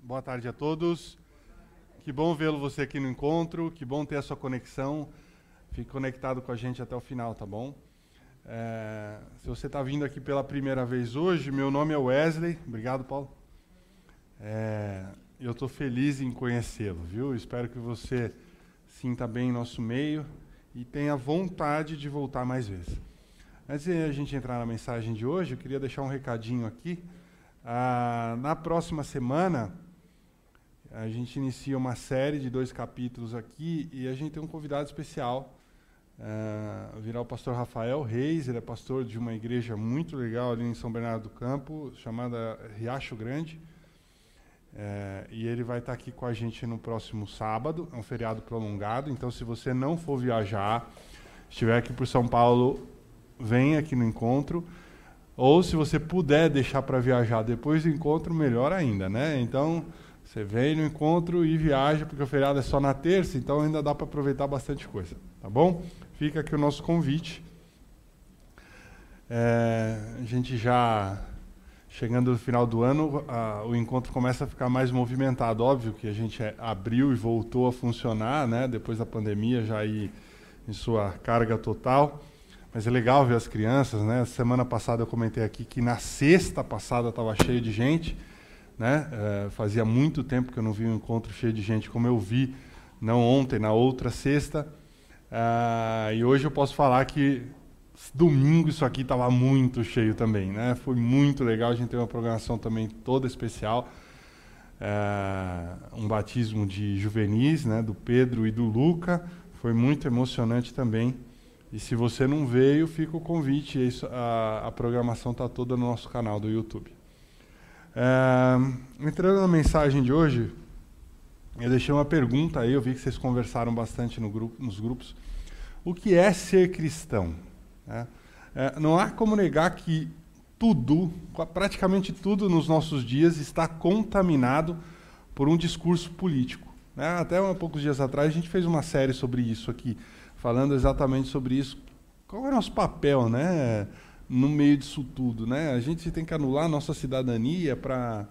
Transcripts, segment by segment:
Boa tarde a todos. Que bom vê-lo você aqui no encontro, que bom ter a sua conexão. Fique conectado com a gente até o final, tá bom? Se você está vindo aqui pela primeira vez hoje, meu nome é Wesley. Obrigado, Paulo. Eu estou feliz em conhecê-lo, viu? Espero que você sinta bem em nosso meio e tenha vontade de voltar mais vezes. Antes de a gente entrar na mensagem de hoje, eu queria deixar um recadinho aqui. Na próxima semana, a gente inicia uma série de 2 capítulos aqui e a gente tem um convidado especial. Virá o pastor Rafael Reis, ele é pastor de uma igreja muito legal ali em São Bernardo do Campo, chamada Riacho Grande. E ele vai estar aqui com a gente no próximo sábado, é um feriado prolongado, então se você não for viajar, estiver aqui por São Paulo, venha aqui no encontro. Ou se você puder deixar para viajar depois do encontro, melhor ainda, né? Então, você vem no encontro e viaja, porque o feriado é só na terça, então ainda dá para aproveitar bastante coisa, tá bom? Fica aqui o nosso convite. A gente já, chegando no final do ano, o encontro começa a ficar mais movimentado. Óbvio que a gente abriu e voltou a funcionar, né? Depois da pandemia, já aí em sua carga total. Mas é legal ver as crianças, né? Semana passada eu comentei aqui que na sexta passada estava cheio de gente, né? Fazia muito tempo que eu não vi um encontro cheio de gente como eu vi, não ontem, na outra sexta. E hoje eu posso falar que domingo isso aqui estava muito cheio também, né? Foi muito legal, a gente teve uma programação também toda especial. Um batismo de juvenis, né? Do Pedro e do Luca, foi muito emocionante também. E se você não veio, fica o convite. A programação está toda no nosso canal do YouTube. Entrando na mensagem de hoje, eu deixei uma pergunta aí, eu vi que vocês conversaram bastante nos grupos. O que é ser cristão? Não há como negar que tudo, praticamente tudo nos nossos dias está contaminado por um discurso político. Até há poucos dias atrás a gente fez uma série sobre isso aqui, falando exatamente sobre isso. Qual é o nosso papel, né, no meio disso tudo? Né? A gente tem que anular a nossa cidadania para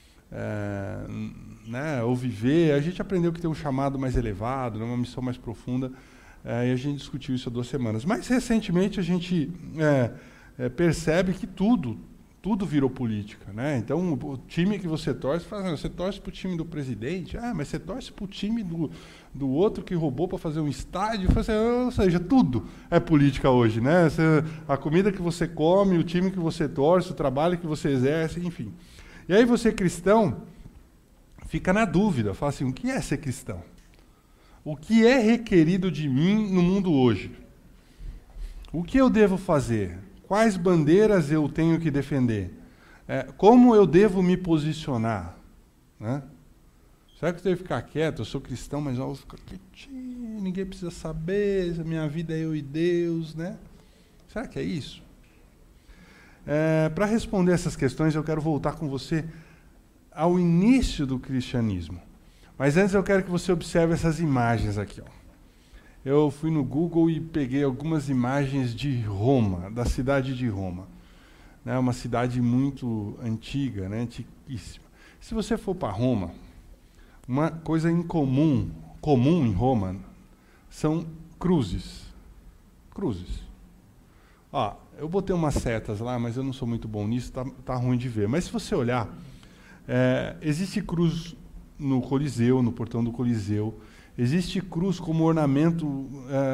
ou viver. A gente aprendeu que tem um chamado mais elevado, uma missão mais profunda, e a gente discutiu isso há 2 semanas. Mais recentemente a gente percebe que tudo virou política, né? Então, o time que você torce, você torce para o time do presidente, mas você torce para o time do outro que roubou para fazer um estádio, ou seja, tudo é política hoje, né? A comida que você come, o time que você torce, o trabalho que você exerce, enfim. E aí você, cristão, fica na dúvida, fala assim, o que é ser cristão? O que é requerido de mim no mundo hoje? O que eu devo fazer? Quais bandeiras eu tenho que defender? Como eu devo me posicionar? Né? Será que eu devo ficar quieto? Eu sou cristão, mas eu vou ficar quietinho, ninguém precisa saber, minha vida é eu e Deus, né? Será que é isso? Para responder essas questões, eu quero voltar com você ao início do cristianismo. Mas antes eu quero que você observe essas imagens aqui, ó. Eu fui no Google e peguei algumas imagens de Roma, da cidade de Roma. É uma cidade muito antiga, né, antiquíssima. Se você for para Roma, uma coisa comum em Roma, são cruzes. Cruzes. Eu botei umas setas lá, mas eu não sou muito bom nisso, tá ruim de ver. Mas se você olhar, existe cruz no Coliseu, no portão do Coliseu. Existe cruz como ornamento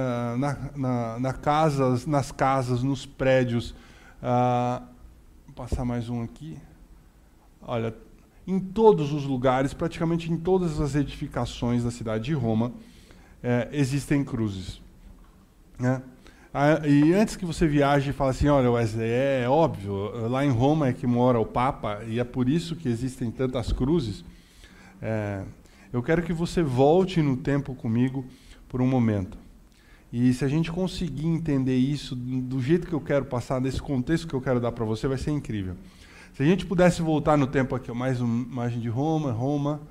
nas casas, nos prédios. Vou passar mais um aqui. Olha, em todos os lugares, praticamente em todas as edificações da cidade de Roma, existem cruzes. Né? E antes que você viaje e fale assim, olha, Wesley, é óbvio, lá em Roma é que mora o Papa, e é por isso que existem tantas cruzes. Eu quero que você volte no tempo comigo por um momento. E se a gente conseguir entender isso do jeito que eu quero passar, nesse contexto que eu quero dar para você, vai ser incrível. Se a gente pudesse voltar no tempo aqui, mais uma imagem de Roma,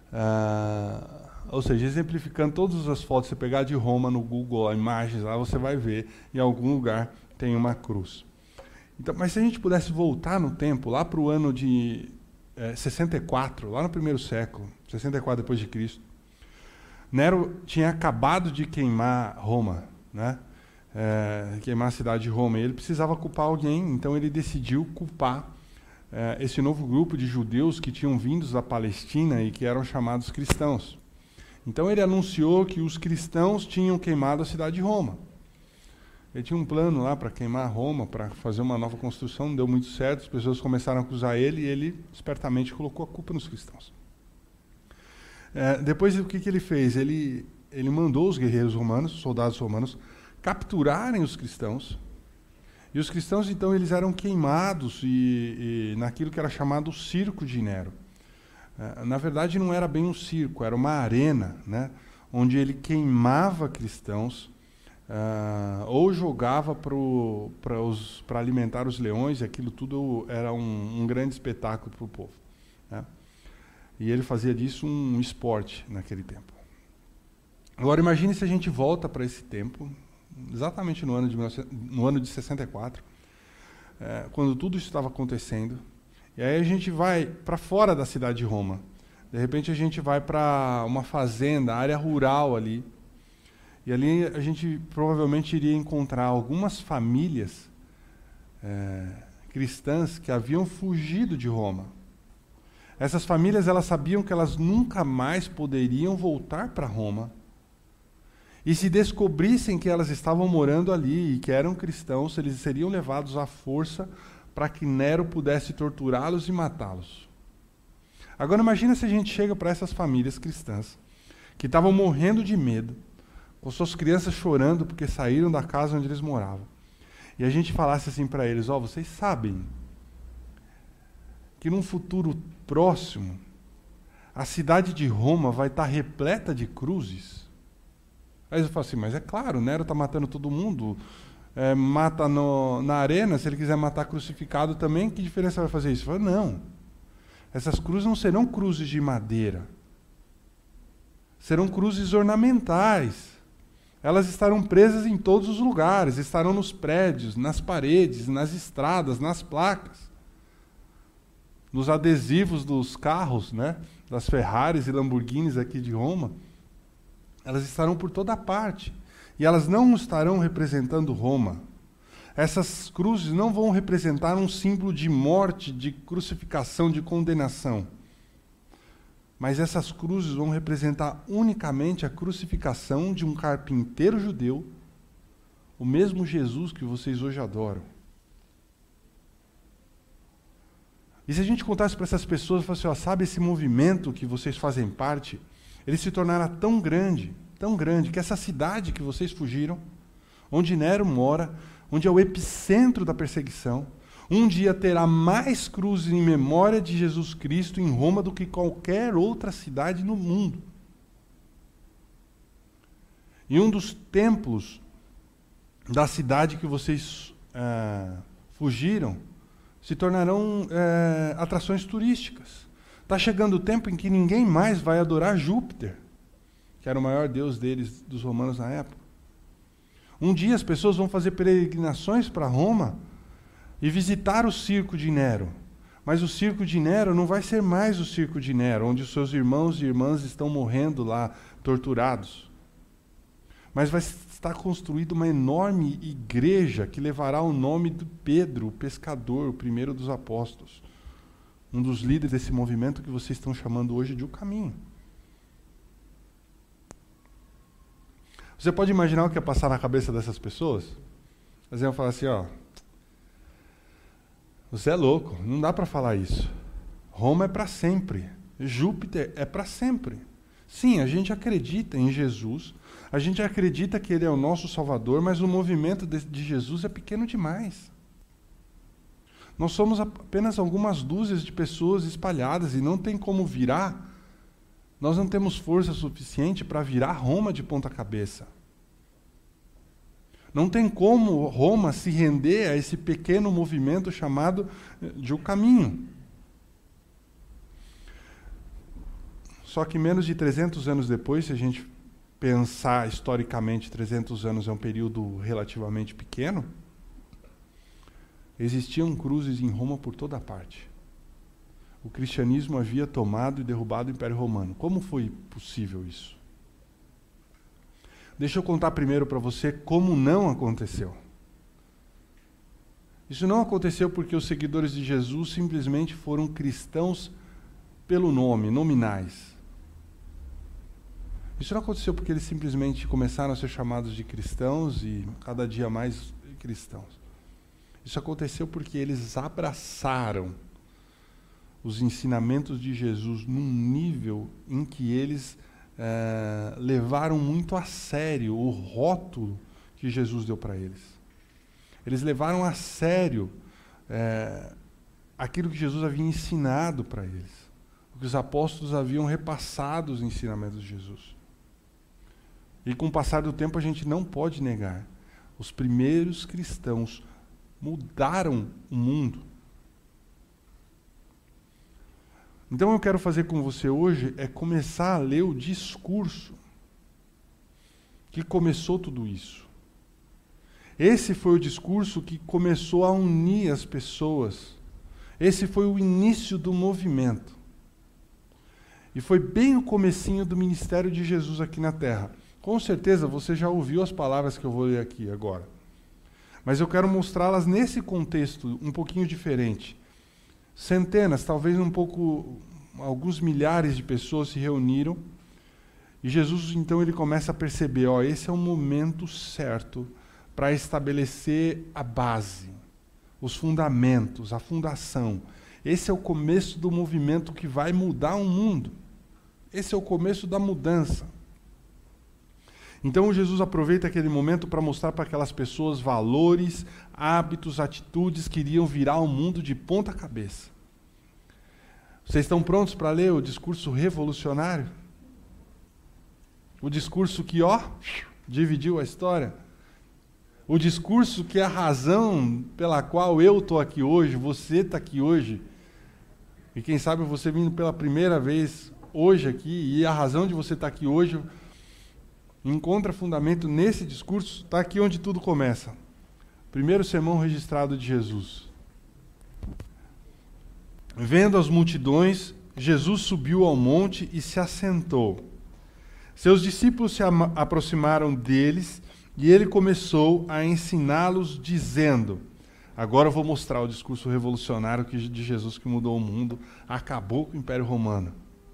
ou seja, exemplificando todas as fotos, você pegar de Roma no Google, imagens lá, você vai ver, em algum lugar tem uma cruz. Então, mas se a gente pudesse voltar no tempo, lá para o ano de 64, lá no primeiro século, 64 depois de Cristo, Nero tinha acabado de queimar Roma, né? Queimar a cidade de Roma. E ele precisava culpar alguém, então ele decidiu culpar esse novo grupo de judeus que tinham vindo da Palestina e que eram chamados cristãos. Então ele anunciou que os cristãos tinham queimado a cidade de Roma. Ele tinha um plano lá para queimar Roma, para fazer uma nova construção, não deu muito certo, as pessoas começaram a acusar ele e ele espertamente colocou a culpa nos cristãos. Depois, o que ele fez? Ele mandou os guerreiros romanos, os soldados romanos, capturarem os cristãos, e os cristãos, então, eles eram queimados e naquilo que era chamado o circo de Nero. Na verdade, não era bem um circo, era uma arena, né, onde ele queimava cristãos, ou jogava para alimentar os leões, e aquilo tudo era um grande espetáculo para o povo, né? E ele fazia disso um esporte naquele tempo. Agora, imagine se a gente volta para esse tempo, exatamente no ano de 64, quando tudo isso estava acontecendo, e aí a gente vai para fora da cidade de Roma. De repente a gente vai para uma fazenda, área rural ali, e ali a gente provavelmente iria encontrar algumas famílias cristãs que haviam fugido de Roma. Essas famílias, elas sabiam que elas nunca mais poderiam voltar para Roma. E se descobrissem que elas estavam morando ali e que eram cristãos, eles seriam levados à força para que Nero pudesse torturá-los e matá-los. Agora imagina se a gente chega para essas famílias cristãs que estavam morrendo de medo, com suas crianças chorando porque saíram da casa onde eles moravam. E a gente falasse assim para eles: vocês sabem que num futuro próximo a cidade de Roma vai estar repleta de cruzes? Aí eu falo assim: mas é claro, Nero está matando todo mundo, mata na arena, se ele quiser matar crucificado também, que diferença vai fazer isso? Eu falo: não, essas cruzes não serão cruzes de madeira, serão cruzes ornamentais. Elas estarão presas em todos os lugares, estarão nos prédios, nas paredes, nas estradas, nas placas, nos adesivos dos carros, né, das Ferraris e Lamborghinis aqui de Roma. Elas estarão por toda parte. E elas não estarão representando Roma. Essas cruzes não vão representar um símbolo de morte, de crucificação, de condenação. Mas essas cruzes vão representar unicamente a crucificação de um carpinteiro judeu, o mesmo Jesus que vocês hoje adoram. E se a gente contasse para essas pessoas, falasse assim: sabe esse movimento que vocês fazem parte, ele se tornará tão grande, que essa cidade que vocês fugiram, onde Nero mora, onde é o epicentro da perseguição, um dia terá mais cruzes em memória de Jesus Cristo em Roma do que qualquer outra cidade no mundo. E um dos templos da cidade que vocês fugiram se tornarão atrações turísticas. Está chegando o tempo em que ninguém mais vai adorar Júpiter, que era o maior deus deles, dos romanos na época. Um dia as pessoas vão fazer peregrinações para Roma e visitar o circo de Nero. Mas o circo de Nero não vai ser mais o circo de Nero, onde os seus irmãos e irmãs estão morrendo lá, torturados. Mas vai estar construída uma enorme igreja que levará o nome de Pedro, o pescador, o primeiro dos apóstolos. Um dos líderes desse movimento que vocês estão chamando hoje de O Caminho. Você pode imaginar o que ia passar na cabeça dessas pessoas? Elas iam falar assim: você é louco, não dá para falar isso. Roma é para sempre. Júpiter é para sempre. Sim, a gente acredita em Jesus, a gente acredita que Ele é o nosso Salvador, mas o movimento de Jesus é pequeno demais. Nós somos apenas algumas dúzias de pessoas espalhadas e não tem como virar. Nós não temos força suficiente para virar Roma de ponta cabeça. Não tem como Roma se render a esse pequeno movimento chamado de O Caminho. Só que menos de 300 anos depois, se a gente pensar historicamente, 300 anos é um período relativamente pequeno, existiam cruzes em Roma por toda parte. o cristianismo havia tomado e derrubado o Império Romano. Como foi possível isso? Deixa eu contar primeiro para você como não aconteceu. Isso não aconteceu porque os seguidores de Jesus simplesmente foram cristãos pelo nome, nominais. Isso não aconteceu porque eles simplesmente começaram a ser chamados de cristãos e cada dia mais cristãos. Isso aconteceu porque eles abraçaram os ensinamentos de Jesus num nível em que eles levaram muito a sério o rótulo que Jesus deu para eles. Eles levaram a sério aquilo que Jesus havia ensinado para eles, o que os apóstolos haviam repassado os ensinamentos de Jesus. E com o passar do tempo a gente não pode negar, os primeiros cristãos mudaram o mundo. Então eu quero fazer com você hoje é começar a ler o discurso que começou tudo isso. Esse foi o discurso que começou a unir as pessoas. Esse foi o início do movimento. E foi bem o comecinho do ministério de Jesus aqui na Terra. Com certeza você já ouviu as palavras que eu vou ler aqui agora. Mas eu quero mostrá-las nesse contexto um pouquinho diferente. Centenas, talvez alguns milhares de pessoas se reuniram. E Jesus, então, ele começa a perceber, esse é o momento certo para estabelecer a base, os fundamentos, a fundação. Esse é o começo do movimento que vai mudar o mundo. Esse é o começo da mudança. Então Jesus aproveita aquele momento para mostrar para aquelas pessoas valores, hábitos, atitudes que iriam virar o mundo de ponta cabeça. Vocês estão prontos para ler o discurso revolucionário? O discurso que, dividiu a história? O discurso que é a razão pela qual eu estou aqui hoje, você está aqui hoje, e quem sabe você vindo pela primeira vez hoje aqui, e a razão de você estar aqui hoje encontra fundamento nesse discurso, está aqui onde tudo começa. Primeiro sermão registrado de Jesus. Vendo as multidões, Jesus subiu ao monte e se assentou. Seus discípulos se aproximaram deles e ele começou a ensiná-los dizendo, agora eu vou mostrar o discurso revolucionário de Jesus que mudou o mundo, acabou com o Império Romano.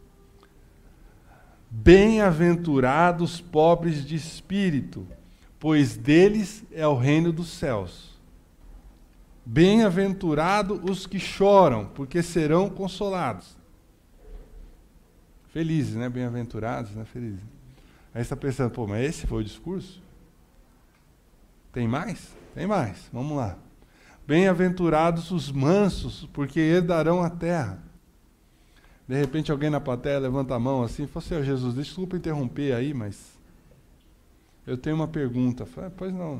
Bem-aventurados pobres de espírito, pois deles é o reino dos céus. Bem-aventurados os que choram, porque serão consolados. Felizes, né? Bem-aventurados, né? Felizes. Aí você está pensando, mas esse foi o discurso? Tem mais? Tem mais. Vamos lá. Bem-aventurados os mansos, porque herdarão a terra. De repente alguém na plateia levanta a mão assim e fala assim, Jesus, desculpa interromper aí, mas eu tenho uma pergunta. Fala, pois não.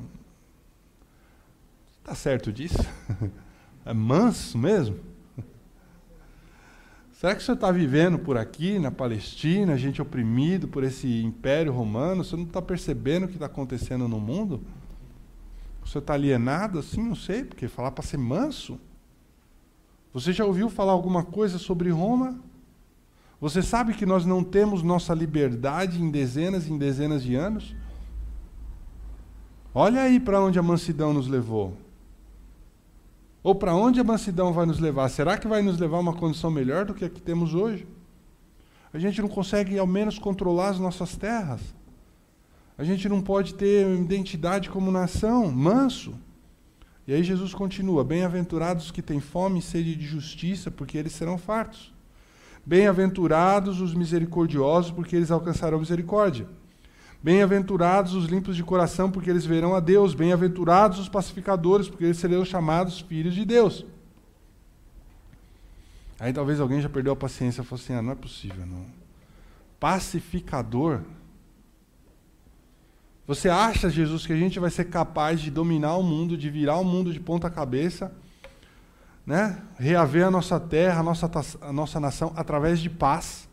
Está certo disso? É manso mesmo? Será que o senhor está vivendo por aqui, na Palestina, gente oprimido por esse Império Romano? O senhor não está percebendo o que está acontecendo no mundo? O senhor está alienado assim? Não sei, porque falar para ser manso? Você já ouviu falar alguma coisa sobre Roma? Você sabe que nós não temos nossa liberdade em dezenas e em dezenas de anos? Olha aí para onde a mansidão nos levou. Ou para onde a mansidão vai nos levar? Será que vai nos levar a uma condição melhor do que a que temos hoje? A gente não consegue, ao menos, controlar as nossas terras. A gente não pode ter identidade como nação, manso. E aí Jesus continua, bem-aventurados que têm fome e sede de justiça, porque eles serão fartos. Bem-aventurados os misericordiosos, porque eles alcançarão misericórdia. Bem-aventurados os limpos de coração, porque eles verão a Deus. Bem-aventurados os pacificadores, porque eles serão chamados filhos de Deus. Aí talvez alguém já perdeu a paciência e falou assim, não é possível, não. Pacificador? Você acha, Jesus, que a gente vai ser capaz de dominar o mundo, de virar o mundo de ponta cabeça, né? Reaver a nossa terra, a nossa nação, através de paz?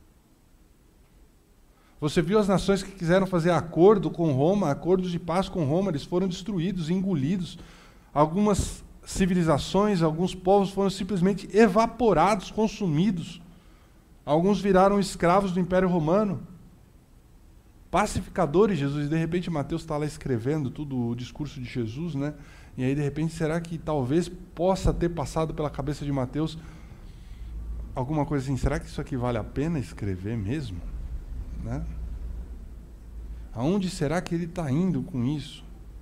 Você viu as nações que quiseram fazer acordo com Roma, acordos de paz com Roma, eles foram destruídos, engolidos. Algumas civilizações, alguns povos foram simplesmente evaporados, consumidos. Alguns viraram escravos do Império Romano. Pacificadores, Jesus, e de repente Mateus está lá escrevendo tudo o discurso de Jesus, né? E aí de repente, será que talvez possa ter passado pela cabeça de Mateus alguma coisa assim, será que isso aqui vale a pena escrever mesmo? Né? Aonde será que ele está indo com isso?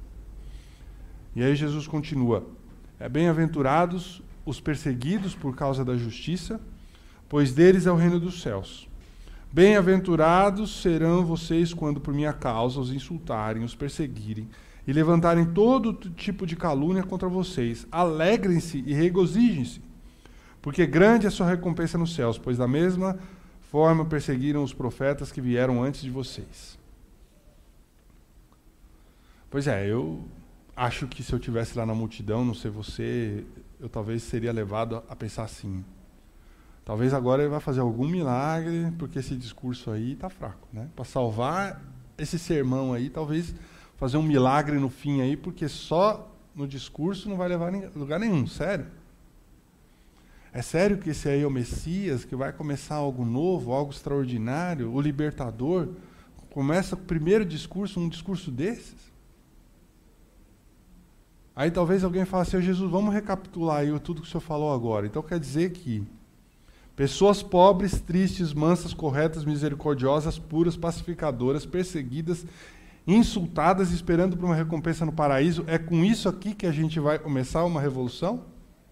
E aí Jesus continua, bem-aventurados os perseguidos por causa da justiça, pois deles é o reino dos céus. Bem-aventurados serão vocês quando por minha causa os insultarem, os perseguirem e levantarem todo tipo de calúnia contra vocês. Alegrem-se e regozijem-se, porque grande é a sua recompensa nos céus, pois da mesma forma perseguiram os profetas que vieram antes de vocês. Pois é, eu acho que se eu estivesse lá na multidão, não sei você, eu talvez seria levado a pensar assim, talvez agora ele vai fazer algum milagre, porque esse discurso aí está fraco, né? Para salvar esse sermão aí, talvez fazer um milagre no fim aí, porque só no discurso não vai levar a lugar nenhum, sério. É sério que esse aí é o Messias, que vai começar algo novo, algo extraordinário, o libertador? Começa o primeiro discurso, um discurso desses? Aí talvez alguém fale assim, Jesus, vamos recapitular aí tudo que o senhor falou agora. Então quer dizer que pessoas pobres, tristes, mansas, corretas, misericordiosas, puras, pacificadoras, perseguidas, insultadas, esperando por uma recompensa no paraíso, é com isso aqui que a gente vai começar uma revolução?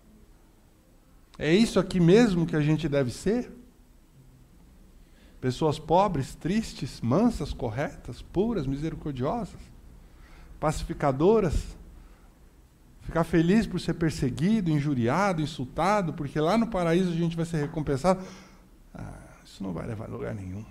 É isso aqui mesmo que a gente deve ser? Pessoas pobres, tristes, mansas, corretas, puras, misericordiosas, pacificadoras, ficar feliz por ser perseguido, injuriado, insultado, porque lá no paraíso a gente vai ser recompensado. Isso não vai levar a lugar nenhum.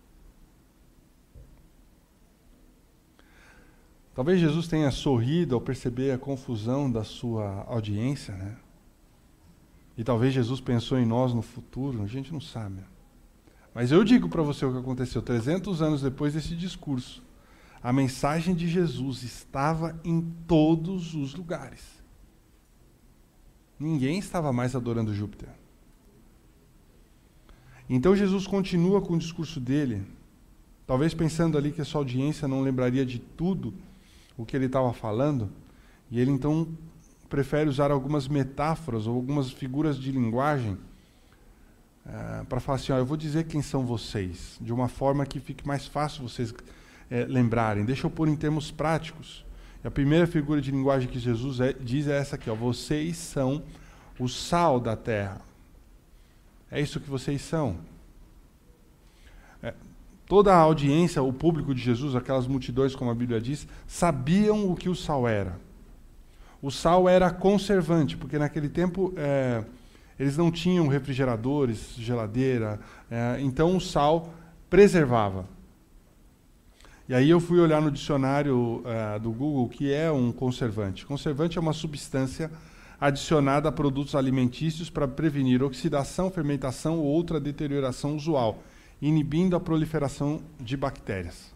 Talvez Jesus tenha sorrido ao perceber a confusão da sua audiência, né? E talvez Jesus pensou em nós no futuro, a gente não sabe. Mas eu digo para você o que aconteceu 300 anos depois desse discurso. A mensagem de Jesus estava em todos os lugares. Ninguém estava mais adorando Júpiter. Então Jesus continua com o discurso dele, talvez pensando ali que a sua audiência não lembraria de tudo o que ele estava falando, e ele então prefere usar algumas metáforas ou algumas figuras de linguagem para falar assim, eu vou dizer quem são vocês, de uma forma que fique mais fácil vocês lembrarem. Deixa eu pôr em termos práticos. E a primeira figura de linguagem que Jesus diz é essa aqui, vocês são o sal da terra. É isso que vocês são. Toda a audiência, o público de Jesus, aquelas multidões, como a Bíblia diz, sabiam o que o sal era. O sal era conservante, porque naquele tempo eles não tinham refrigeradores, geladeira, então o sal preservava. E aí eu fui olhar no dicionário do Google o que é um conservante. Conservante é uma substância adicionada a produtos alimentícios para prevenir oxidação, fermentação ou outra deterioração usual, inibindo a proliferação de bactérias.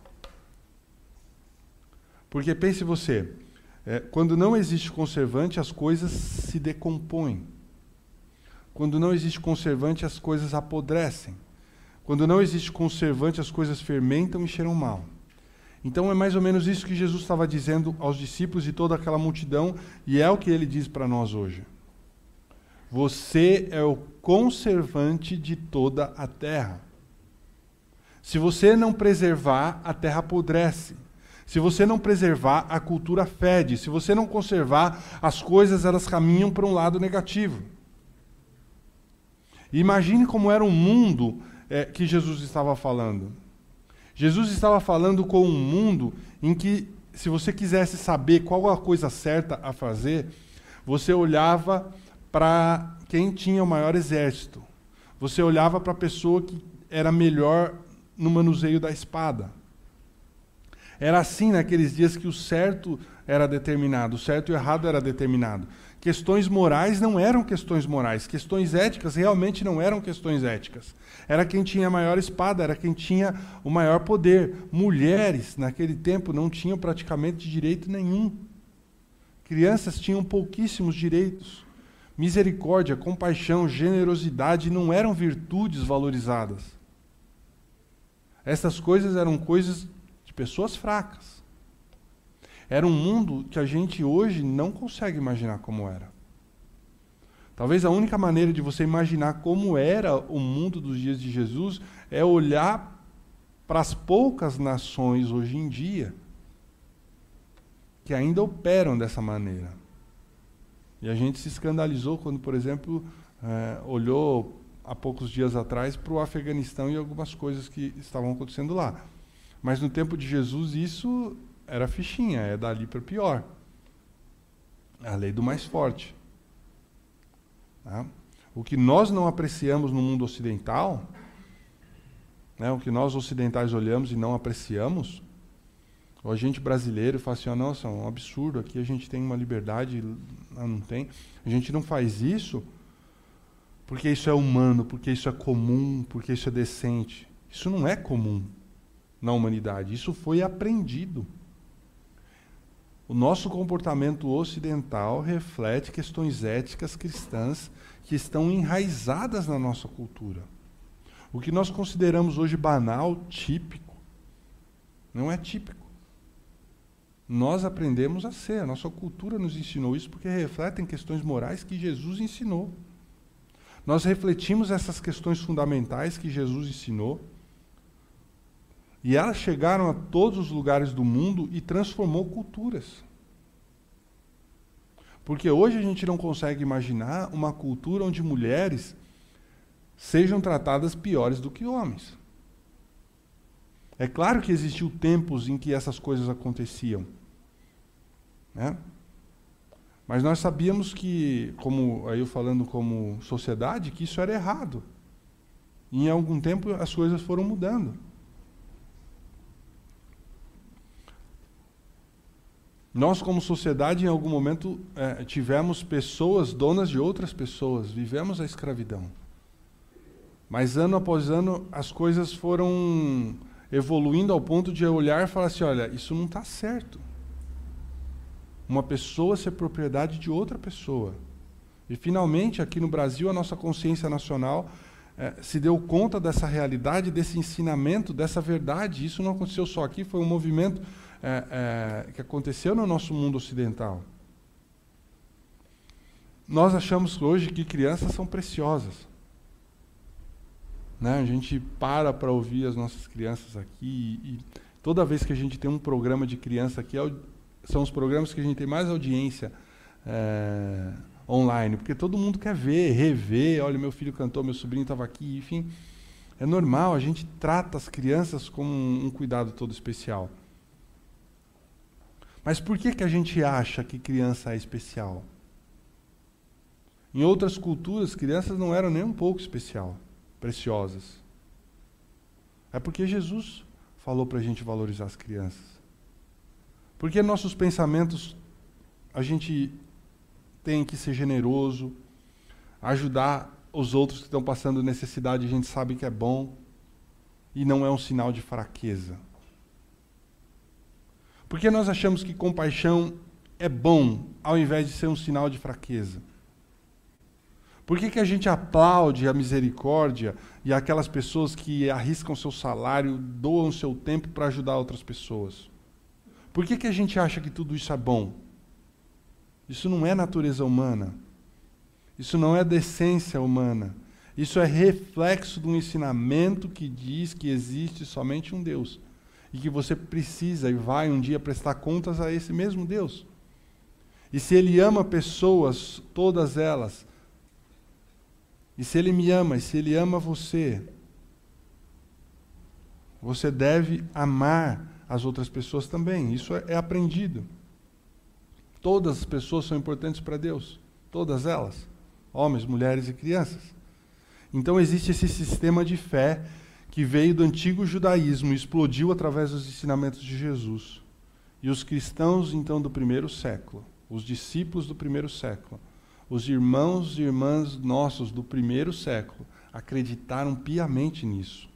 Porque pense você, quando não existe conservante, as coisas se decompõem. Quando não existe conservante, as coisas apodrecem. Quando não existe conservante, as coisas fermentam e cheiram mal. Então é mais ou menos isso que Jesus estava dizendo aos discípulos e toda aquela multidão, e é o que ele diz para nós hoje. Você é o conservante de toda a terra. Se você não preservar, a terra apodrece. Se você não preservar, a cultura fede. Se você não conservar, as coisas elas caminham para um lado negativo. E imagine como era o mundo que Jesus estava falando. Jesus estava falando com um mundo em que, se você quisesse saber qual a coisa certa a fazer, você olhava para quem tinha o maior exército. Você olhava para a pessoa que era melhor no manuseio da espada. Era assim naqueles dias que o certo era determinado, o certo e o errado era determinado. Questões morais não eram questões morais, questões éticas realmente não eram questões éticas. Era quem tinha a maior espada, era quem tinha o maior poder. Mulheres, naquele tempo, não tinham praticamente direito nenhum. Crianças tinham pouquíssimos direitos. Misericórdia, compaixão, generosidade não eram virtudes valorizadas. Essas coisas eram coisas de pessoas fracas. Era um mundo que a gente hoje não consegue imaginar como era. Talvez a única maneira de você imaginar como era o mundo dos dias de Jesus é olhar para as poucas nações hoje em dia que ainda operam dessa maneira. E a gente se escandalizou quando, por exemplo, olhou há poucos dias atrás para o Afeganistão e algumas coisas que estavam acontecendo lá. Mas no tempo de Jesus isso era fichinha, é dali para pior. A lei do mais forte. Tá? O que nós não apreciamos no mundo ocidental, né, o que nós ocidentais olhamos e não apreciamos, o agente brasileiro fala assim, nossa, é um absurdo, aqui a gente tem uma liberdade, não tem. A gente não faz isso porque isso é humano, porque isso é comum, porque isso é decente. Isso não é comum na humanidade, isso foi aprendido. O nosso comportamento ocidental reflete questões éticas cristãs que estão enraizadas na nossa cultura. O que nós consideramos hoje banal, típico, não é típico. Nós aprendemos a ser, a nossa cultura nos ensinou isso porque refletem questões morais que Jesus ensinou. Nós refletimos essas questões fundamentais que Jesus ensinou e elas chegaram a todos os lugares do mundo e transformou culturas. Porque hoje a gente não consegue imaginar uma cultura onde mulheres sejam tratadas piores do que homens. É claro que existiu tempos em que essas coisas aconteciam, né? Mas nós sabíamos que, como aí eu falando como sociedade, que isso era errado. E em algum tempo as coisas foram mudando. Nós, como sociedade, em algum momento tivemos pessoas donas de outras pessoas, vivemos a escravidão. Mas ano após ano as coisas foram evoluindo ao ponto de eu olhar e falar assim, olha, isso não está certo. Uma pessoa ser propriedade de outra pessoa. E finalmente, aqui no Brasil, a nossa consciência nacional se deu conta dessa realidade, desse ensinamento, dessa verdade. Isso não aconteceu só aqui, foi um movimento que aconteceu no nosso mundo ocidental. Nós achamos hoje que crianças são preciosas. Né? A gente para ouvir as nossas crianças aqui e toda vez que a gente tem um programa de criança aqui, são os programas que a gente tem mais audiência online, porque todo mundo quer ver, rever, olha, meu filho cantou, meu sobrinho estava aqui, enfim. É normal, a gente trata as crianças com um cuidado todo especial. Mas por que a gente acha que criança é especial? Em outras culturas, crianças não eram nem um pouco preciosas. É porque Jesus falou para a gente valorizar as crianças. Porque nossos pensamentos, a gente tem que ser generoso, ajudar os outros que estão passando necessidade, a gente sabe que é bom, e não é um sinal de fraqueza. Porque nós achamos que compaixão é bom, ao invés de ser um sinal de fraqueza? Por que a gente aplaude a misericórdia e aquelas pessoas que arriscam seu salário, doam seu tempo para ajudar outras pessoas? Por que a gente acha que tudo isso é bom? Isso não é natureza humana. Isso não é decência humana. Isso é reflexo de um ensinamento que diz que existe somente um Deus. E que você precisa e vai um dia prestar contas a esse mesmo Deus. E se Ele ama pessoas, todas elas, e se Ele me ama, e se Ele ama você, você deve amar as outras pessoas também. Isso é aprendido. Todas as pessoas são importantes para Deus. Todas elas. Homens, mulheres e crianças. Então existe esse sistema de fé que veio do antigo judaísmo e explodiu através dos ensinamentos de Jesus. E os cristãos, então, do primeiro século, os discípulos do primeiro século, os irmãos e irmãs nossos do primeiro século, acreditaram piamente nisso.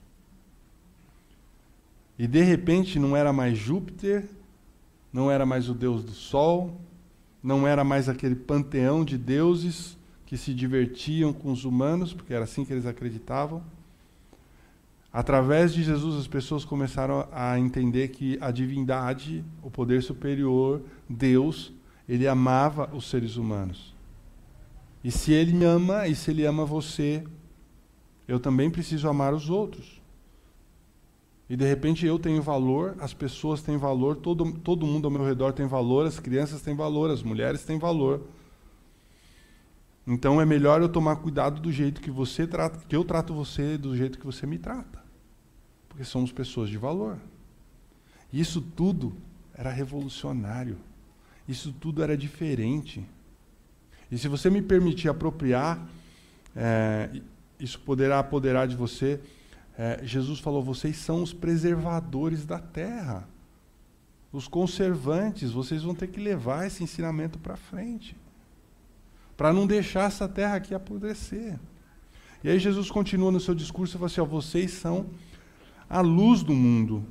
E de repente não era mais Júpiter, não era mais o Deus do Sol, não era mais aquele panteão de deuses que se divertiam com os humanos, porque era assim que eles acreditavam. Através de Jesus, as pessoas começaram a entender que a divindade, o poder superior, Deus, ele amava os seres humanos. E se ele me ama, e se ele ama você, eu também preciso amar os outros. E de repente eu tenho valor, as pessoas têm valor, todo mundo ao meu redor tem valor, as crianças têm valor, as mulheres têm valor. Então é melhor eu tomar cuidado do jeito que você trata, que eu trato você, do jeito que você me trata. Porque somos pessoas de valor. E isso tudo era revolucionário. Isso tudo era diferente. E se você me permitir apropriar, isso poderá apoderar de você. Jesus falou, vocês são os preservadores da terra. Os conservantes, vocês vão ter que levar esse ensinamento para frente. Para não deixar essa terra aqui apodrecer. E aí Jesus continua no seu discurso e fala assim, vocês são a luz do mundo.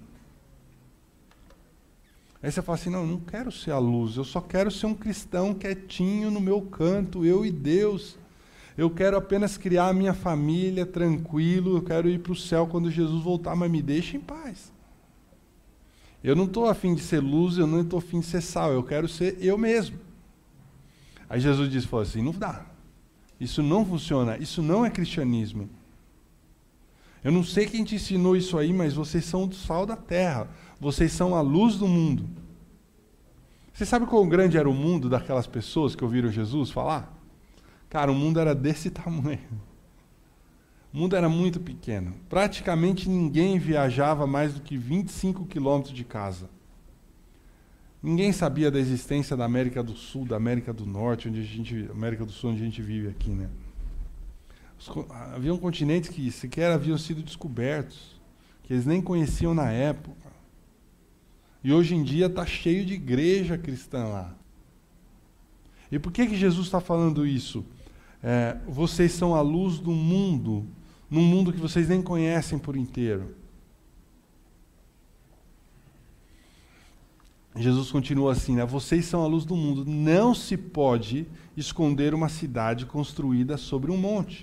Aí você fala assim, não, eu não quero ser a luz, eu só quero ser um cristão quietinho no meu canto, eu e Deus. Eu quero apenas criar a minha família tranquilo, eu quero ir para o céu quando Jesus voltar, mas me deixe em paz. Eu não estou afim de ser luz, eu não estou afim de ser sal, eu quero ser eu mesmo. Aí Jesus falou assim, não dá. Isso não funciona, isso não é cristianismo. Eu não sei quem te ensinou isso aí, mas vocês são o sal da terra. Vocês são a luz do mundo. Você sabe quão grande era o mundo daquelas pessoas que ouviram Jesus falar? Cara, o mundo era desse tamanho. O mundo era muito pequeno. Praticamente ninguém viajava mais do que 25 quilômetros de casa. Ninguém sabia da existência da América do Sul, da América do Norte, América do Sul, onde a gente vive aqui, né? Haviam continentes que sequer haviam sido descobertos, que eles nem conheciam na época. E hoje em dia está cheio de igreja cristã lá. E por que Jesus está falando isso? Vocês são a luz do mundo, num mundo que vocês nem conhecem por inteiro. Jesus continua assim, né? Vocês são a luz do mundo. Não se pode esconder uma cidade construída sobre um monte.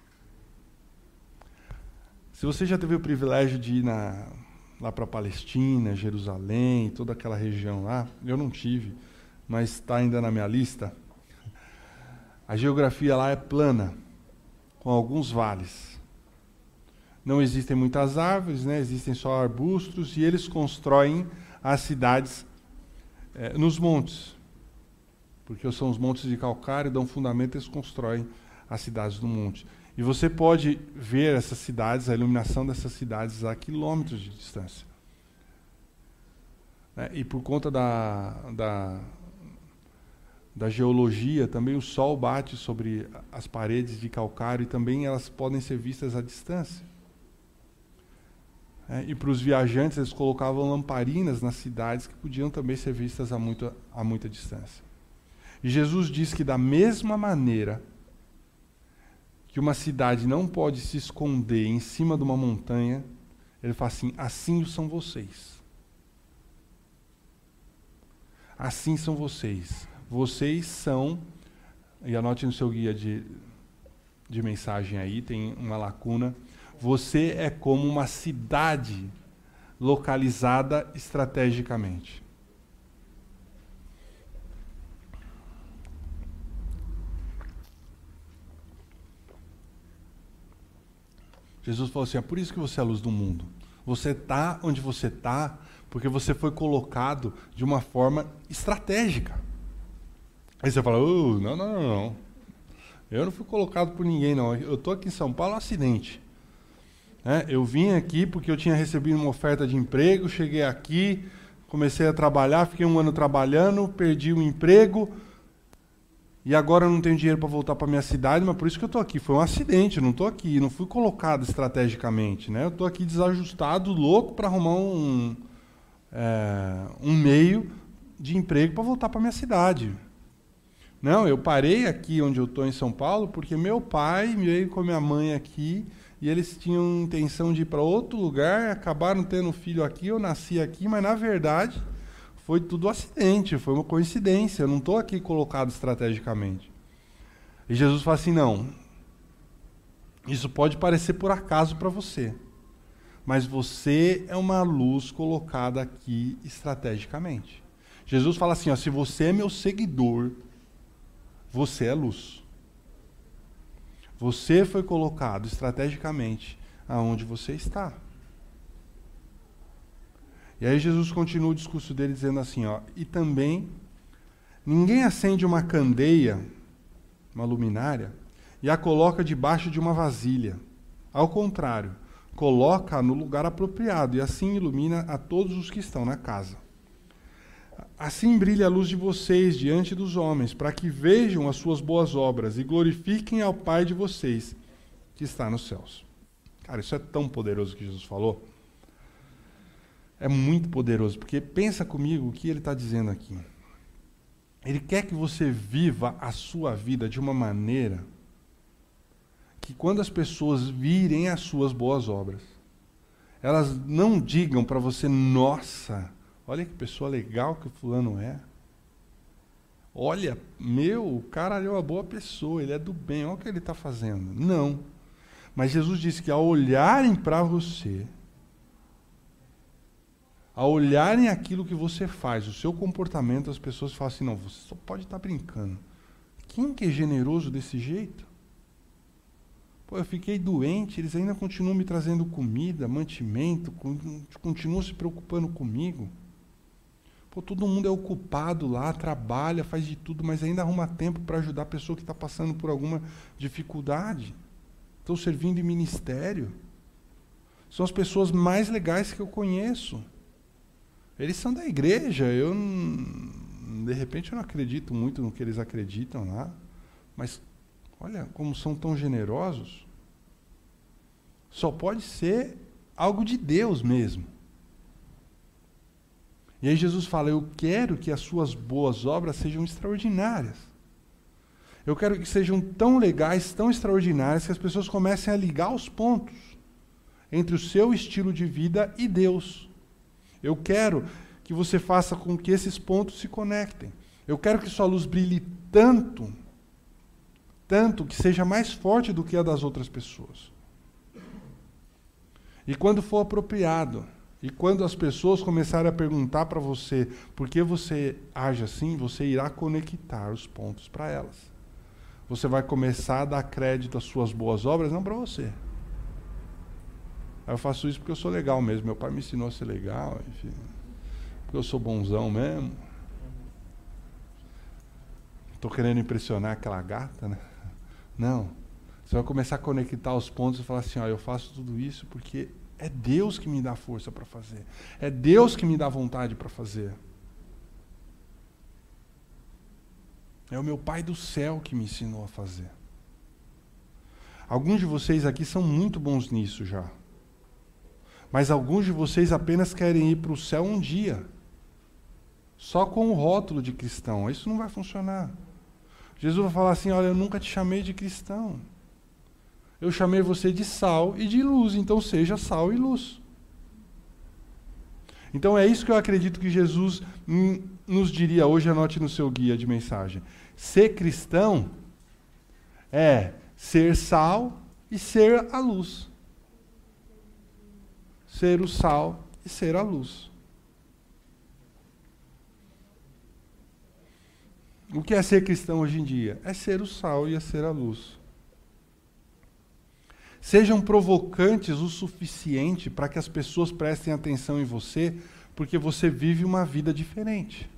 Se você já teve o privilégio de ir lá para a Palestina, Jerusalém, toda aquela região lá, eu não tive, mas está ainda na minha lista. A geografia lá é plana, com alguns vales. Não existem muitas árvores, né? Existem só arbustos, e eles constroem as cidades nos montes. Porque são os montes de calcário, dão fundamento, eles constroem as cidades do monte. E você pode ver essas cidades, a iluminação dessas cidades a quilômetros de distância. E por conta da geologia, também o sol bate sobre as paredes de calcário e também elas podem ser vistas à distância. E para os viajantes, eles colocavam lamparinas nas cidades que podiam também ser vistas a muita distância. E Jesus diz que da mesma maneira que uma cidade não pode se esconder em cima de uma montanha, ele fala assim, assim são vocês. Assim são vocês. Vocês são, e anote no seu guia de mensagem aí, tem uma lacuna, você é como uma cidade localizada estrategicamente. Jesus falou assim, é por isso que você é a luz do mundo. Você está onde você está, porque você foi colocado de uma forma estratégica. Aí você fala, não. Eu não fui colocado por ninguém, não. Eu estou aqui em São Paulo, um acidente. Eu vim aqui porque eu tinha recebido uma oferta de emprego, cheguei aqui, comecei a trabalhar, fiquei 1 ano trabalhando, perdi o emprego, e agora eu não tenho dinheiro para voltar para minha cidade, mas por isso que eu estou aqui. Foi um acidente, eu não estou aqui, não fui colocado estrategicamente. Né? Eu estou aqui desajustado, louco para arrumar um meio de emprego para voltar para minha cidade. Não, eu parei aqui onde eu estou em São Paulo porque meu pai veio com a minha mãe aqui e eles tinham intenção de ir para outro lugar, acabaram tendo filho aqui, eu nasci aqui, mas na verdade foi tudo acidente, foi uma coincidência, eu não estou aqui colocado estrategicamente. E Jesus fala assim, não, isso pode parecer por acaso para você, mas você é uma luz colocada aqui estrategicamente. Jesus fala assim, ó, se você é meu seguidor, você é luz. Você foi colocado estrategicamente aonde você está. E aí Jesus continua o discurso dele dizendo assim, ó, e também ninguém acende uma candeia, uma luminária, e a coloca debaixo de uma vasilha. Ao contrário, coloca no lugar apropriado e assim ilumina a todos os que estão na casa. Assim brilha a luz de vocês diante dos homens, para que vejam as suas boas obras e glorifiquem ao Pai de vocês, que está nos céus. Cara, isso é tão poderoso que Jesus falou. É muito poderoso, porque pensa comigo o que ele está dizendo aqui. Ele quer que você viva a sua vida de uma maneira que quando as pessoas virem as suas boas obras, elas não digam para você, nossa, olha que pessoa legal que o fulano é. Olha, o cara é uma boa pessoa, ele é do bem, olha o que ele está fazendo. Não. Mas Jesus disse que ao olharem para você, ao olharem aquilo que você faz, o seu comportamento, as pessoas falam assim, não, você só pode estar brincando. Quem que é generoso desse jeito? Pô, eu fiquei doente, eles ainda continuam me trazendo comida, mantimento, continuam se preocupando comigo. Pô, todo mundo é ocupado lá, trabalha, faz de tudo, mas ainda arruma tempo para ajudar a pessoa que está passando por alguma dificuldade. Estão servindo em ministério. São as pessoas mais legais que eu conheço. Eles são da igreja, de repente eu não acredito muito no que eles acreditam lá, mas olha como são tão generosos. Só pode ser algo de Deus mesmo. E aí Jesus fala, eu quero que as suas boas obras sejam extraordinárias. Eu quero que sejam tão legais, tão extraordinárias, que as pessoas comecem a ligar os pontos entre o seu estilo de vida e Deus. Eu quero que você faça com que esses pontos se conectem. Eu quero que sua luz brilhe tanto que seja mais forte do que a das outras pessoas. E quando for apropriado, e quando as pessoas começarem a perguntar para você por que você age assim, você irá conectar os pontos para elas. Você vai começar a dar crédito às suas boas obras, não para você. Eu faço isso porque eu sou legal mesmo. Meu pai me ensinou a ser legal, enfim. Porque eu sou bonzão mesmo. Estou querendo impressionar aquela gata, né? Não. Você vai começar a conectar os pontos e falar assim, ó, eu faço tudo isso porque é Deus que me dá força para fazer. É Deus que me dá vontade para fazer. É o meu Pai do céu que me ensinou a fazer. Alguns de vocês aqui são muito bons nisso já. Mas alguns de vocês apenas querem ir para o céu um dia. Só com o rótulo de cristão. Isso não vai funcionar. Jesus vai falar assim, olha, eu nunca te chamei de cristão. Eu chamei você de sal e de luz, então seja sal e luz. Então é isso que eu acredito que Jesus nos diria hoje, anote no seu guia de mensagem. Ser cristão é ser sal e ser a luz. Ser o sal e ser a luz. O que é ser cristão hoje em dia? É ser o sal e é ser a luz. Sejam provocantes o suficiente para que as pessoas prestem atenção em você, porque você vive uma vida diferente.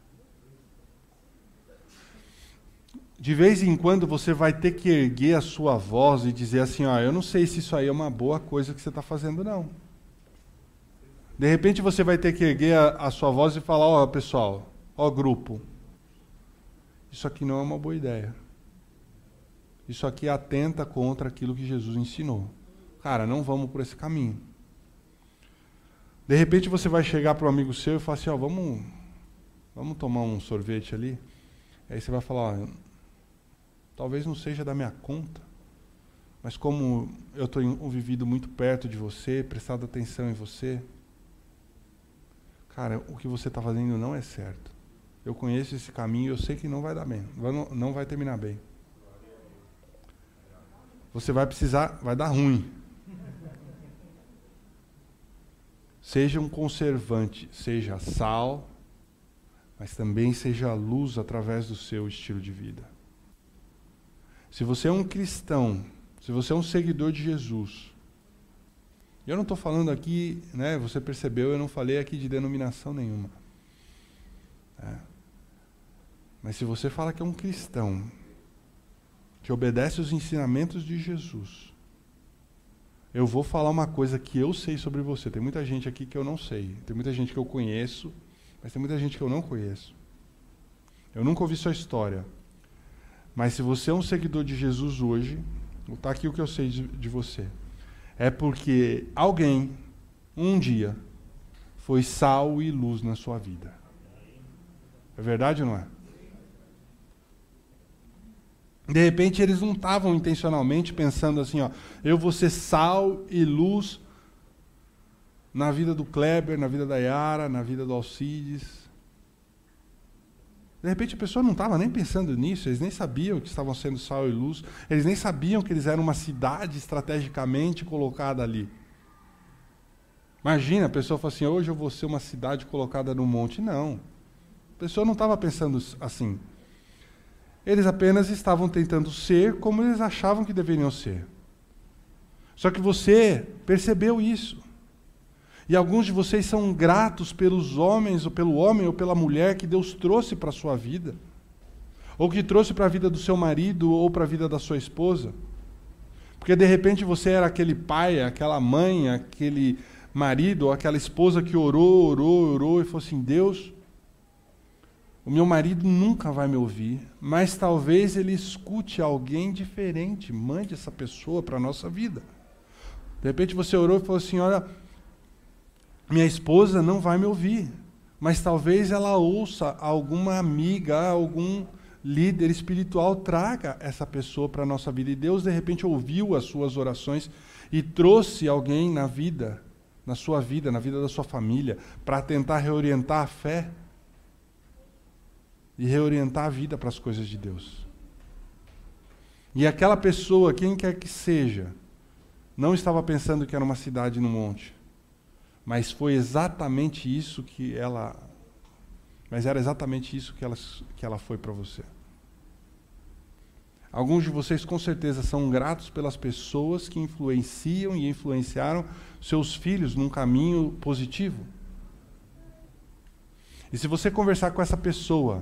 De vez em quando você vai ter que erguer a sua voz e dizer assim, ó, eu não sei se isso aí é uma boa coisa que você está fazendo, não. De repente você vai ter que erguer a sua voz e falar, ó pessoal, ó grupo, isso aqui não é uma boa ideia. Isso aqui atenta contra aquilo que Jesus ensinou. Cara, não vamos por esse caminho. De repente você vai chegar para um amigo seu e falar assim, ó, vamos tomar um sorvete ali? Aí você vai falar, ó, talvez não seja da minha conta, mas como eu tenho vivido muito perto de você, prestado atenção em você, cara, o que você está fazendo não é certo. Eu conheço esse caminho, eu sei que não vai dar bem, não vai terminar bem. Você vai precisar, vai dar ruim. Seja um conservante, seja sal, mas também seja luz através do seu estilo de vida. Se você é um cristão, se você é um seguidor de Jesus, eu não estou falando aqui, né, você percebeu, eu não falei aqui de denominação nenhuma. Mas se você fala que é um cristão, que obedece os ensinamentos de Jesus, eu vou falar uma coisa que eu sei sobre você. Tem muita gente aqui que eu não sei. Tem muita gente que eu conheço, mas tem muita gente que eu não conheço. Eu nunca ouvi sua história. Mas se você é um seguidor de Jesus hoje, está aqui o que eu sei de você. É porque alguém, um dia, foi sal e luz na sua vida. É verdade ou não é? De repente, eles não estavam intencionalmente pensando assim, ó, eu vou ser sal e luz na vida do Kleber, na vida da Yara, na vida do Alcides. De repente, a pessoa não estava nem pensando nisso, eles nem sabiam que estavam sendo sal e luz, eles nem sabiam que eles eram uma cidade estrategicamente colocada ali. Imagina, a pessoa fala assim, hoje eu vou ser uma cidade colocada no monte. Não, a pessoa não estava pensando assim. Eles apenas estavam tentando ser como eles achavam que deveriam ser. Só que você percebeu isso. E alguns de vocês são gratos pelos homens, ou pelo homem, ou pela mulher que Deus trouxe para a sua vida. Ou que trouxe para a vida do seu marido, ou para a vida da sua esposa. Porque de repente você era aquele pai, aquela mãe, aquele marido, ou aquela esposa que orou, e falou assim, Deus, o meu marido nunca vai me ouvir, mas talvez ele escute alguém diferente, mande essa pessoa para a nossa vida. De repente você orou e falou assim, olha, minha esposa não vai me ouvir, mas talvez ela ouça alguma amiga, algum líder espiritual, traga essa pessoa para a nossa vida. E Deus, de repente, ouviu as suas orações e trouxe alguém na vida, na sua vida, na vida da sua família, para tentar reorientar a fé e reorientar a vida para as coisas de Deus. E aquela pessoa, quem quer que seja, não estava pensando que era uma cidade no monte, mas foi exatamente isso que ela... Mas era exatamente isso que ela foi para você. Alguns de vocês com certeza são gratos pelas pessoas que influenciam e influenciaram seus filhos num caminho positivo. E se você conversar com essa pessoa,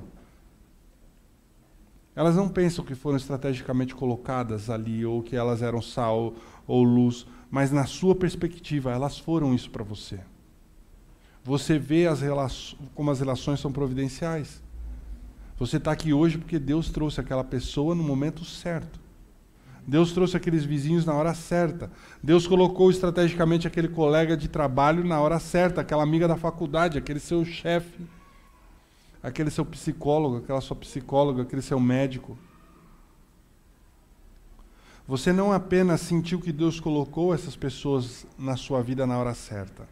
elas não pensam que foram estrategicamente colocadas ali, ou que elas eram sal ou luz, mas na sua perspectiva, elas foram isso para você. Você vê como as relações são providenciais. Você está aqui hoje porque Deus trouxe aquela pessoa no momento certo. Deus trouxe aqueles vizinhos na hora certa. Deus colocou estrategicamente aquele colega de trabalho na hora certa, aquela amiga da faculdade, aquele seu chefe, aquele seu psicólogo, aquela sua psicóloga, aquele seu médico. Você não apenas sentiu que Deus colocou essas pessoas na sua vida na hora certa.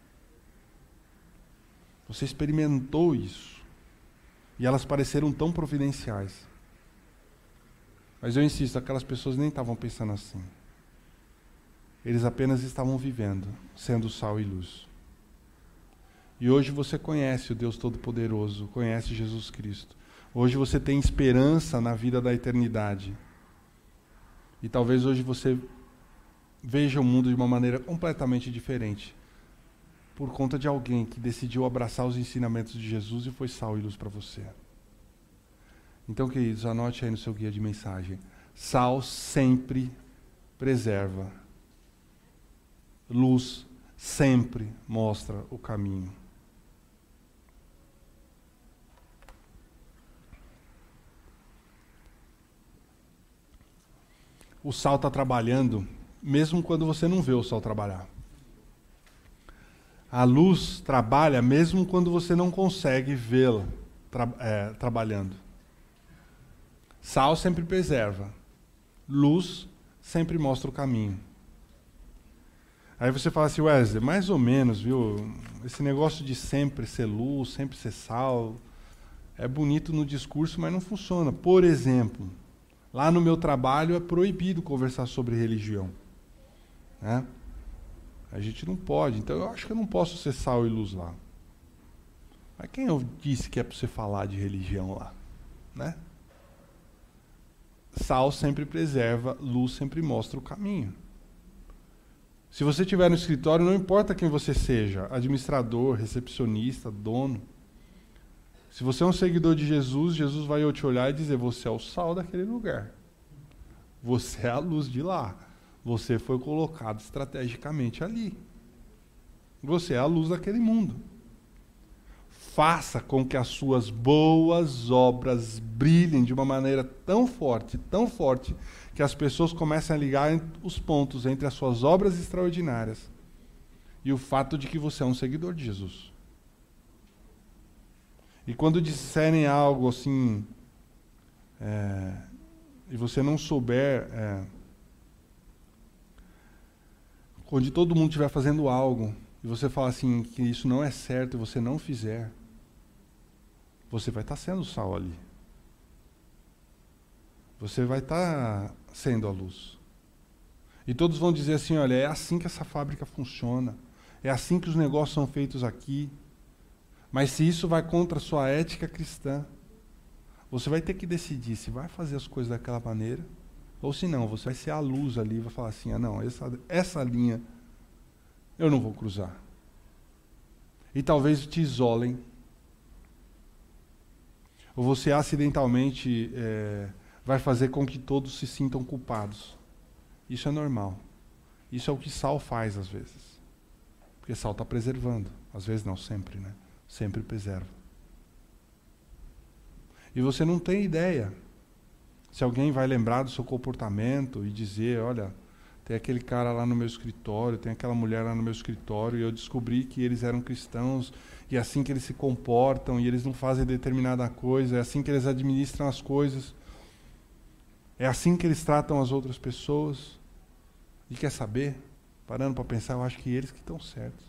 Você experimentou isso. E elas pareceram tão providenciais. Mas eu insisto, aquelas pessoas nem estavam pensando assim. Eles apenas estavam vivendo, sendo sal e luz. E hoje você conhece o Deus Todo-Poderoso, conhece Jesus Cristo. Hoje você tem esperança na vida da eternidade. E talvez hoje você veja o mundo de uma maneira completamente diferente, por conta de alguém que decidiu abraçar os ensinamentos de Jesus e foi sal e luz para você. Então, queridos, anote aí no seu guia de mensagem. Sal sempre preserva. Luz sempre mostra o caminho. O sal está trabalhando, mesmo quando você não vê o sal trabalhar. A luz trabalha mesmo quando você não consegue vê-la trabalhando. Sal sempre preserva. Luz sempre mostra o caminho. Aí você fala assim, Wesley, mais ou menos, viu? esse negócio de sempre ser luz, sempre ser sal, é bonito no discurso, mas não funciona. Por exemplo, lá no meu trabalho é proibido conversar sobre religião, né? A gente não pode, então eu acho que eu não posso ser sal e luz lá. Mas quem eu disse que é para você falar de religião lá, né? Sal sempre preserva, luz sempre mostra o caminho. Se você estiver no escritório, não importa quem você seja, administrador, recepcionista, dono. Se você é um seguidor de Jesus, Jesus vai te olhar e dizer, você é o sal daquele lugar. Você é a luz de lá. Você foi colocado estrategicamente ali. Você é a luz daquele mundo. Faça com que as suas boas obras brilhem de uma maneira tão forte, que as pessoas comecem a ligar os pontos entre as suas obras extraordinárias e o fato de que você é um seguidor de Jesus. E quando disserem algo assim, e você não souber, quando todo mundo estiver fazendo algo, e você falar assim, que isso não é certo, e você não fizer, você vai estar sendo o sal ali. Você vai estar sendo a luz. E todos vão dizer assim, olha, é assim que essa fábrica funciona, é assim que os negócios são feitos aqui. Mas se isso vai contra a sua ética cristã, você vai ter que decidir se vai fazer as coisas daquela maneira, ou se não, você vai ser a luz ali e vai falar assim, não, essa linha eu não vou cruzar. E talvez te isolem. Ou você acidentalmente vai fazer com que todos se sintam culpados. Isso é normal. Isso é o que sal faz às vezes. Porque sal está preservando. Às vezes não, sempre, né? Sempre preserva. E você não tem ideia se alguém vai lembrar do seu comportamento e dizer, olha, tem aquele cara lá no meu escritório, tem aquela mulher lá no meu escritório, e eu descobri que eles eram cristãos, e é assim que eles se comportam, e eles não fazem determinada coisa, é assim que eles administram as coisas, é assim que eles tratam as outras pessoas. E quer saber? Parando para pensar, eu acho que eles que estão certos.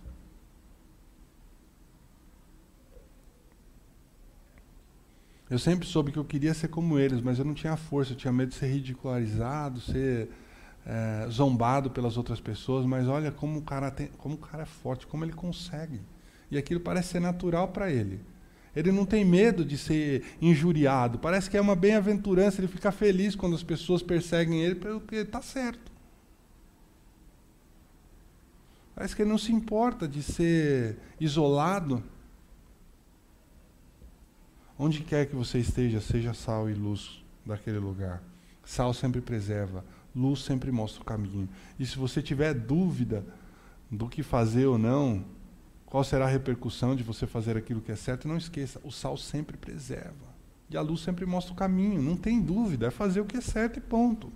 Eu sempre soube que eu queria ser como eles, mas eu não tinha força, eu tinha medo de ser ridicularizado, ser zombado pelas outras pessoas, mas olha como o cara é forte, como ele consegue. E aquilo parece ser natural para ele. Ele não tem medo de ser injuriado, parece que é uma bem-aventurança, ele fica feliz quando as pessoas perseguem ele porque ele está certo. Parece que ele não se importa de ser isolado. Onde quer que você esteja, seja sal e luz daquele lugar. Sal sempre preserva, luz sempre mostra o caminho. E se você tiver dúvida do que fazer ou não, qual será a repercussão de você fazer aquilo que é certo, não esqueça, o sal sempre preserva. E a luz sempre mostra o caminho, não tem dúvida, é fazer o que é certo e ponto.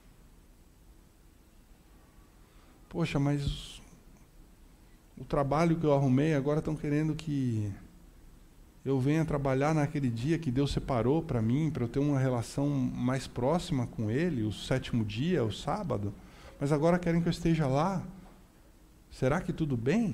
Poxa, mas o trabalho que eu arrumei, agora estão querendo que eu venha trabalhar naquele dia que Deus separou para mim, para eu ter uma relação mais próxima com Ele, o 7º dia, o sábado, mas agora querem que eu esteja lá. Será que tudo bem?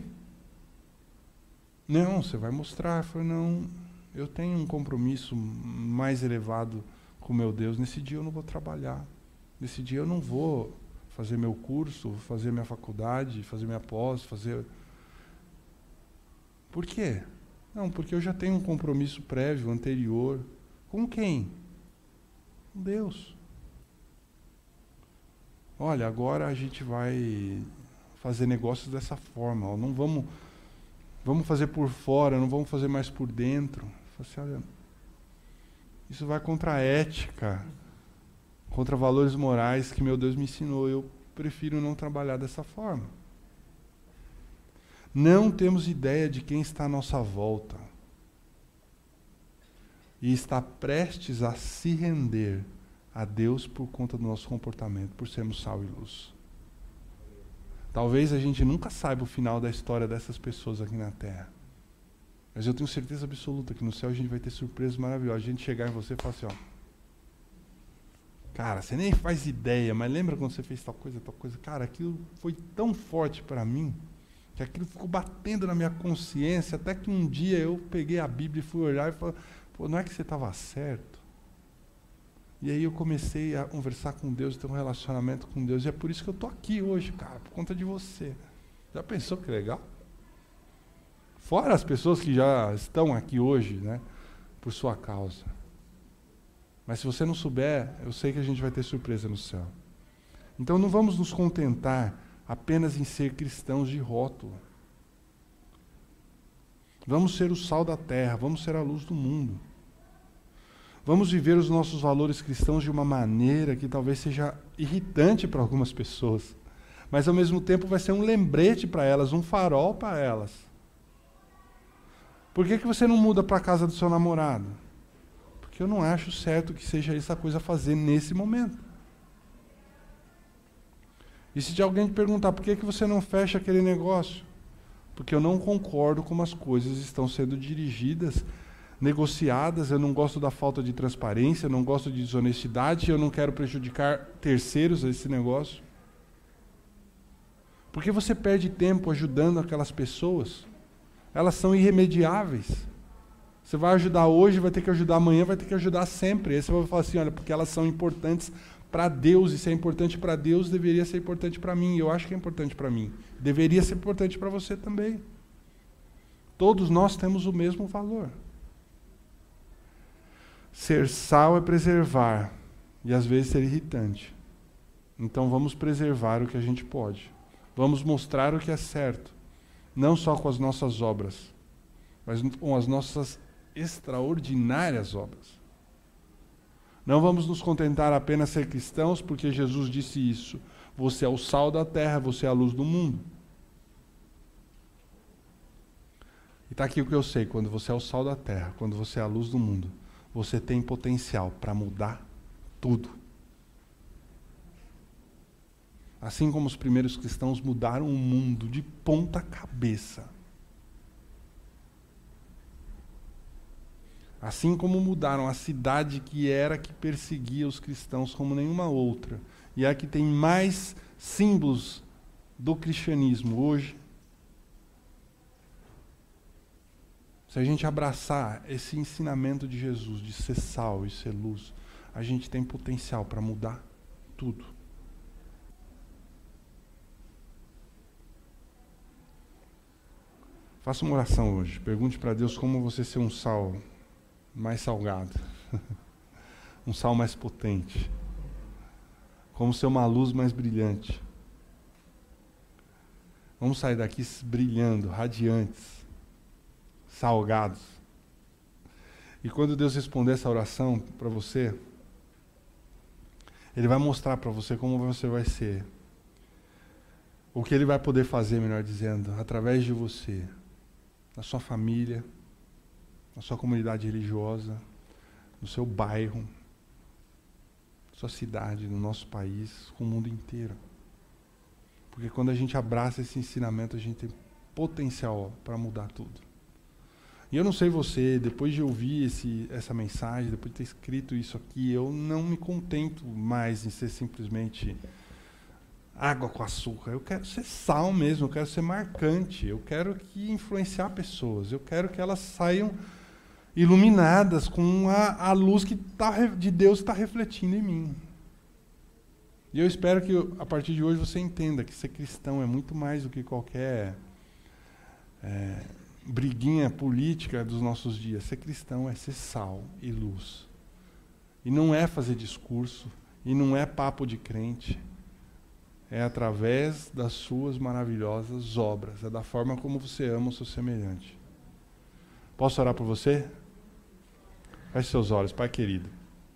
Não, você vai mostrar. Eu falei, não, eu tenho um compromisso mais elevado com meu Deus. Nesse dia eu não vou trabalhar. Nesse dia eu não vou fazer meu curso, fazer minha faculdade, fazer minha pós, fazer... Por quê? Não, porque eu já tenho um compromisso prévio, anterior. Com quem? Com Deus. Olha, agora a gente vai fazer negócios dessa forma. Ó, não vamos fazer por fora, não vamos fazer mais por dentro. Assim, olha, isso vai contra a ética, contra valores morais que meu Deus me ensinou. Eu prefiro não trabalhar dessa forma. Não temos ideia de quem está à nossa volta e está prestes a se render a Deus por conta do nosso comportamento, por sermos sal e luz. Talvez a gente nunca saiba o final da história dessas pessoas aqui na Terra, mas eu tenho certeza absoluta que no céu a gente vai ter surpresas maravilhosas. A gente chegar em você e falar assim, ó, cara, você nem faz ideia, mas lembra quando você fez tal coisa? Cara, aquilo foi tão forte para mim, que aquilo ficou batendo na minha consciência, até que um dia eu peguei a Bíblia e fui olhar e falei, pô, não é que você estava certo? E aí eu comecei a conversar com Deus, ter um relacionamento com Deus, e é por isso que eu estou aqui hoje, cara, por conta de você. Já pensou que legal? Fora as pessoas que já estão aqui hoje, né, por sua causa. Mas se você não souber, eu sei que a gente vai ter surpresa no céu. Então não vamos nos contentar apenas em ser cristãos de rótulo. Vamos ser o sal da terra, vamos ser a luz do mundo. Vamos viver os nossos valores cristãos de uma maneira que talvez seja irritante para algumas pessoas, mas ao mesmo tempo vai ser um lembrete para elas, um farol para elas. Por que você não muda para a casa do seu namorado? Porque eu não acho certo que seja essa coisa a fazer nesse momento. E se alguém te perguntar, por que você não fecha aquele negócio? Porque eu não concordo como as coisas estão sendo dirigidas, negociadas, eu não gosto da falta de transparência, eu não gosto de desonestidade, eu não quero prejudicar terceiros a esse negócio. Porque você perde tempo ajudando aquelas pessoas? Elas são irremediáveis. Você vai ajudar hoje, vai ter que ajudar amanhã, vai ter que ajudar sempre. Aí você vai falar assim, olha, porque elas são importantes para Deus, e se é importante para Deus, deveria ser importante para mim. Eu acho que é importante para mim. Deveria ser importante para você também. Todos nós temos o mesmo valor. Ser sal é preservar, e às vezes ser irritante. Então vamos preservar o que a gente pode. Vamos mostrar o que é certo. Não só com as nossas obras, mas com as nossas extraordinárias obras. Não vamos nos contentar apenas ser cristãos, porque Jesus disse isso. Você é o sal da terra, você é a luz do mundo. E está aqui o que eu sei, quando você é o sal da terra, quando você é a luz do mundo, você tem potencial para mudar tudo. Assim como os primeiros cristãos mudaram o mundo de ponta cabeça. Assim como mudaram a cidade que perseguia os cristãos como nenhuma outra, e é a que tem mais símbolos do cristianismo hoje. Se a gente abraçar esse ensinamento de Jesus, de ser sal e ser luz, a gente tem potencial para mudar tudo. Faça uma oração hoje. Pergunte para Deus como você ser um sal mais salgado. Um sal mais potente. Como ser uma luz mais brilhante. Vamos sair daqui brilhando, radiantes, salgados. E quando Deus responder essa oração para você, Ele vai mostrar para você como você vai ser. O que Ele vai poder fazer, melhor dizendo, através de você. Na sua família, na sua comunidade religiosa, no seu bairro, na sua cidade, no nosso país, com o mundo inteiro. Porque quando a gente abraça esse ensinamento, a gente tem potencial para mudar tudo. E eu não sei você, depois de ouvir essa mensagem, depois de ter escrito isso aqui, eu não me contento mais em ser simplesmente água com açúcar. Eu quero ser sal mesmo, eu quero ser marcante, eu quero influenciar pessoas, eu quero que elas saiam iluminadas com a luz de Deus que está refletindo em mim. E eu espero que a partir de hoje você entenda que ser cristão é muito mais do que qualquer briguinha política dos nossos dias. Ser cristão é ser sal e luz. E não é fazer discurso, e não é papo de crente. É através das suas maravilhosas obras. É da forma como você ama o seu semelhante. Posso orar por você? Feche seus olhos, Pai querido.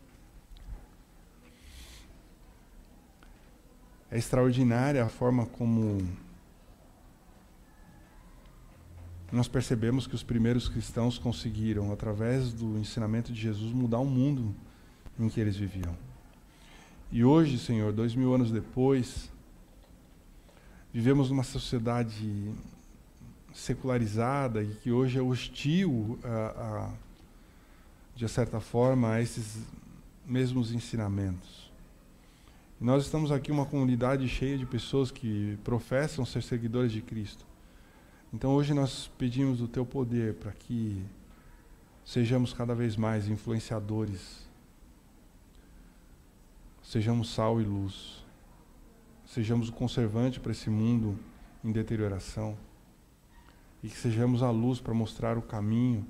É extraordinária a forma como nós percebemos que os primeiros cristãos conseguiram, através do ensinamento de Jesus, mudar o mundo em que eles viviam. E hoje, Senhor, 2000 anos depois, vivemos numa sociedade secularizada e que hoje é hostil, de certa forma, a esses mesmos ensinamentos. Nós estamos aqui uma comunidade cheia de pessoas que professam ser seguidores de Cristo, Então hoje nós pedimos do Teu poder para que sejamos cada vez mais influenciadores, sejamos sal e luz, sejamos o conservante para esse mundo em deterioração, e que sejamos a luz para mostrar o caminho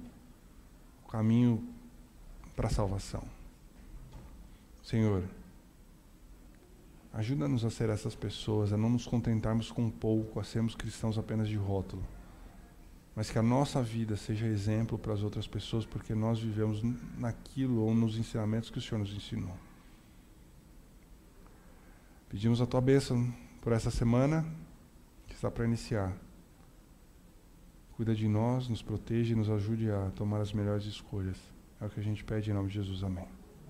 para a salvação. Senhor, ajuda-nos a ser essas pessoas, a não nos contentarmos com pouco, a sermos cristãos apenas de rótulo, mas que a nossa vida seja exemplo para as outras pessoas, porque nós vivemos naquilo ou nos ensinamentos que o Senhor nos ensinou. Pedimos a Tua bênção por essa semana que está para iniciar. Cuida de nós, nos protege e nos ajude a tomar as melhores escolhas. É o que a gente pede em nome de Jesus. Amém.